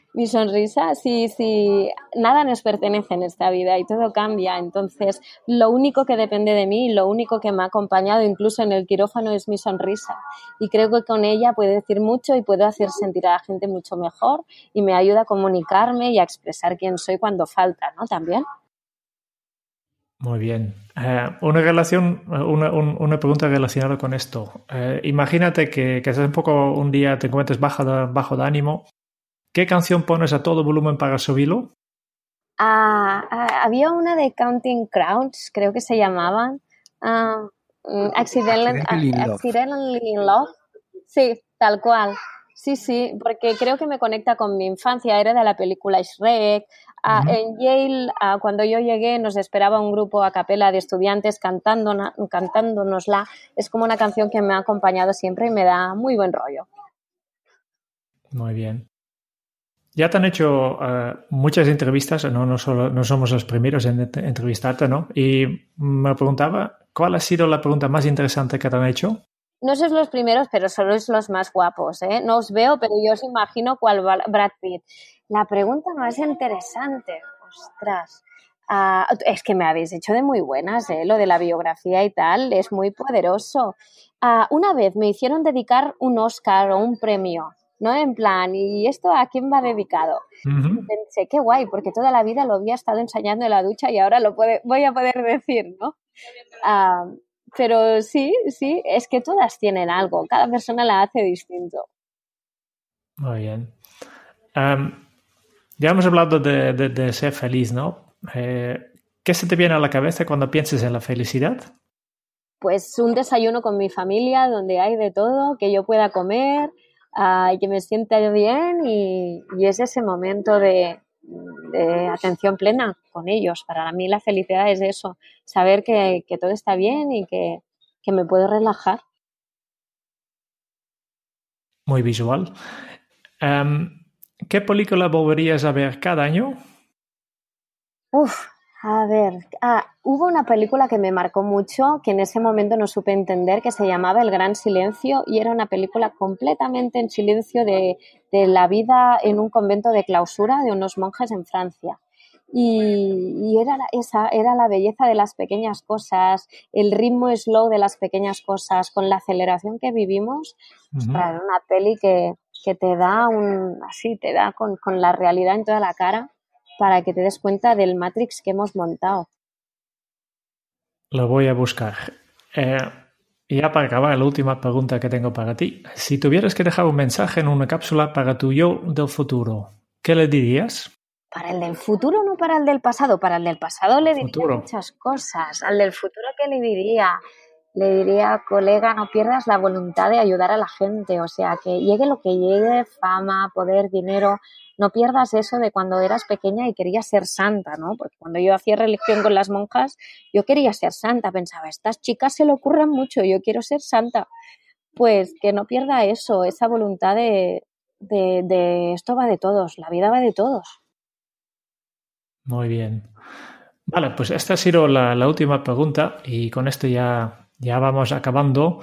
sí, nada nos pertenece en esta vida y todo cambia, entonces lo único que depende de mí, lo único que me ha acompañado incluso en el quirófano es mi sonrisa y creo que con ella puedo decir mucho y puedo hacer sentir a la gente mucho mejor y me ayuda a comunicarme y a expresar quién soy cuando falta, ¿no? También. Muy bien. Una pregunta relacionada con esto. Imagínate que estás un día, te encuentres bajo de ánimo. ¿Qué canción pones a todo volumen para subirlo? Había una de Counting Crowns, creo que se llamaban. Accidentally in Love. Sí, tal cual. Sí, porque creo que me conecta con mi infancia. Era de la película Shrek. En Yale, cuando yo llegué, nos esperaba un grupo a capela de estudiantes cantándonosla. Es como una canción que me ha acompañado siempre y me da muy buen rollo. Muy bien. Ya te han hecho muchas entrevistas, no somos los primeros en entrevistarte, ¿no? Y me preguntaba, ¿cuál ha sido la pregunta más interesante que te han hecho? No sois los primeros, pero sois los más guapos, ¿eh? No os veo, pero yo os imagino cuál Brad Pitt. La pregunta más interesante, ostras, es que me habéis hecho de muy buenas, ¿eh? Lo de la biografía y tal, es muy poderoso. Una vez me hicieron dedicar un Oscar o un premio, ¿no? En plan, ¿y esto a quién va dedicado? Y pensé, qué guay, porque toda la vida lo había estado ensayando en la ducha y ahora voy a poder decir, ¿no? Pero sí, es que todas tienen algo, cada persona la hace distinto. Muy bien. Ya hemos hablado de ser feliz, ¿no? ¿Qué se te viene a la cabeza cuando piensas en la felicidad? Pues un desayuno con mi familia donde hay de todo, que yo pueda comer, y que me sienta bien y es ese momento de de atención plena con ellos. Para mí la felicidad es eso, saber que todo está bien y que me puedo relajar. Muy visual. ¿Qué película volverías a ver cada año? A ver, hubo una película que me marcó mucho, que en ese momento no supe entender, que se llamaba El Gran Silencio, y era una película completamente en silencio de la vida en un convento de clausura de unos monjes en Francia. Y era la belleza de las pequeñas cosas, el ritmo slow de las pequeñas cosas, con la aceleración que vivimos. Era una peli que te da te da con la realidad en toda la cara, para que te des cuenta del Matrix que hemos montado. Lo voy a buscar. Y ya para acabar, la última pregunta que tengo para ti. Si tuvieras que dejar un mensaje en una cápsula para tu yo del futuro, ¿qué le dirías? Para el del futuro, no para el del pasado. Para el del pasado le diría muchas cosas. Al del futuro, ¿qué le diría? Le diría, colega, no pierdas la voluntad de ayudar a la gente. O sea, que llegue lo que llegue, fama, poder, dinero, no pierdas eso de cuando eras pequeña y querías ser santa, ¿no? Porque cuando yo hacía religión con las monjas, yo quería ser santa. Pensaba, estas chicas se le ocurren mucho, yo quiero ser santa. Pues que no pierda eso, esa voluntad de esto va de todos, la vida va de todos. Muy bien. Vale, pues esta ha sido la última pregunta y con esto ya vamos acabando.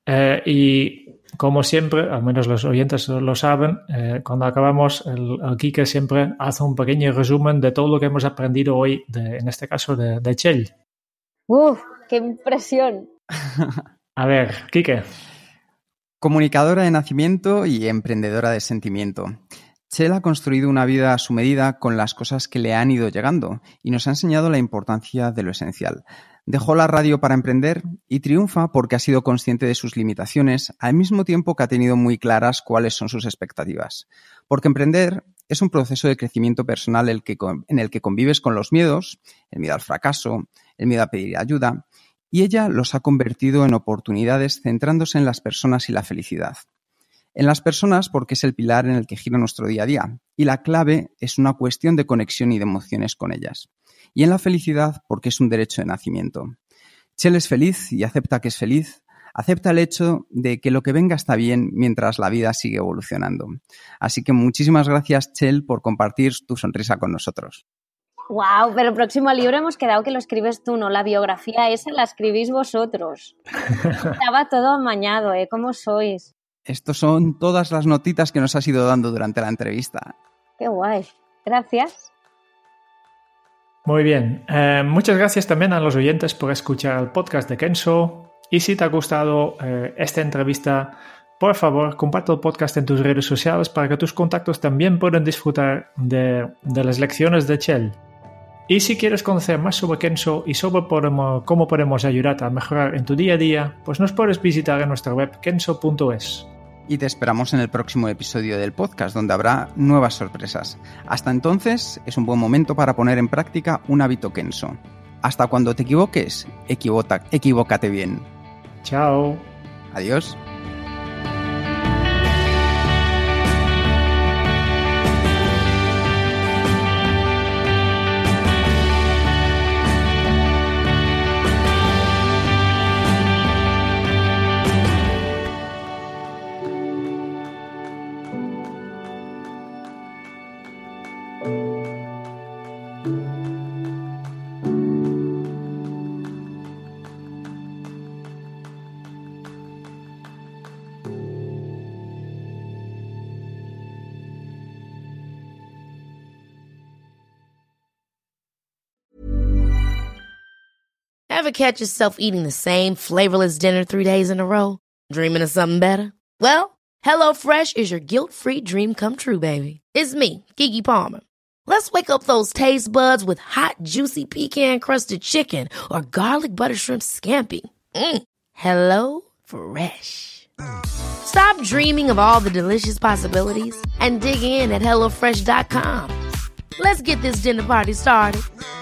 Y como siempre, al menos los oyentes lo saben, cuando acabamos, el Quique siempre hace un pequeño resumen de todo lo que hemos aprendido hoy, en este caso de Txell. ¡Qué impresión! A ver, Quique. Comunicadora de nacimiento y emprendedora de sentimiento. Txell ha construido una vida a su medida con las cosas que le han ido llegando y nos ha enseñado la importancia de lo esencial. Dejó la radio para emprender y triunfa porque ha sido consciente de sus limitaciones, al mismo tiempo que ha tenido muy claras cuáles son sus expectativas. Porque emprender es un proceso de crecimiento personal en el que convives con los miedos, el miedo al fracaso, el miedo a pedir ayuda, y ella los ha convertido en oportunidades centrándose en las personas y la felicidad. En las personas porque es el pilar en el que gira nuestro día a día y la clave es una cuestión de conexión y de emociones con ellas. Y en la felicidad porque es un derecho de nacimiento. Txell es feliz y acepta que es feliz, acepta el hecho de que lo que venga está bien mientras la vida sigue evolucionando. Así que muchísimas gracias, Txell, por compartir tu sonrisa con nosotros. ¡Wow! Pero el próximo libro hemos quedado que lo escribes tú, ¿no? La biografía esa la escribís vosotros. Estaba todo amañado, ¿eh? ¿Cómo sois? Estos son todas las notitas que nos has ido dando durante la entrevista. ¡Qué guay! Gracias. Muy bien. Muchas gracias también a los oyentes por escuchar el podcast de Kenso. Y si te ha gustado esta entrevista, por favor, comparte el podcast en tus redes sociales para que tus contactos también puedan disfrutar de las lecciones de Txell. Y si quieres conocer más sobre Kenso y sobre cómo podemos ayudarte a mejorar en tu día a día, pues nos puedes visitar en nuestra web kenso.es. Y te esperamos en el próximo episodio del podcast, donde habrá nuevas sorpresas. Hasta entonces, es un buen momento para poner en práctica un hábito Kenso. Hasta cuando te equivoques, equivócate bien. Chao. Adiós. Ever catch yourself eating the same flavorless dinner 3 days in a row? Dreaming of something better? Well, HelloFresh is your guilt-free dream come true, baby. It's me, Keke Palmer. Let's wake up those taste buds with hot, juicy pecan-crusted chicken or garlic butter shrimp scampi. Hello Fresh. Stop dreaming of all the delicious possibilities and dig in at HelloFresh.com. Let's get this dinner party started.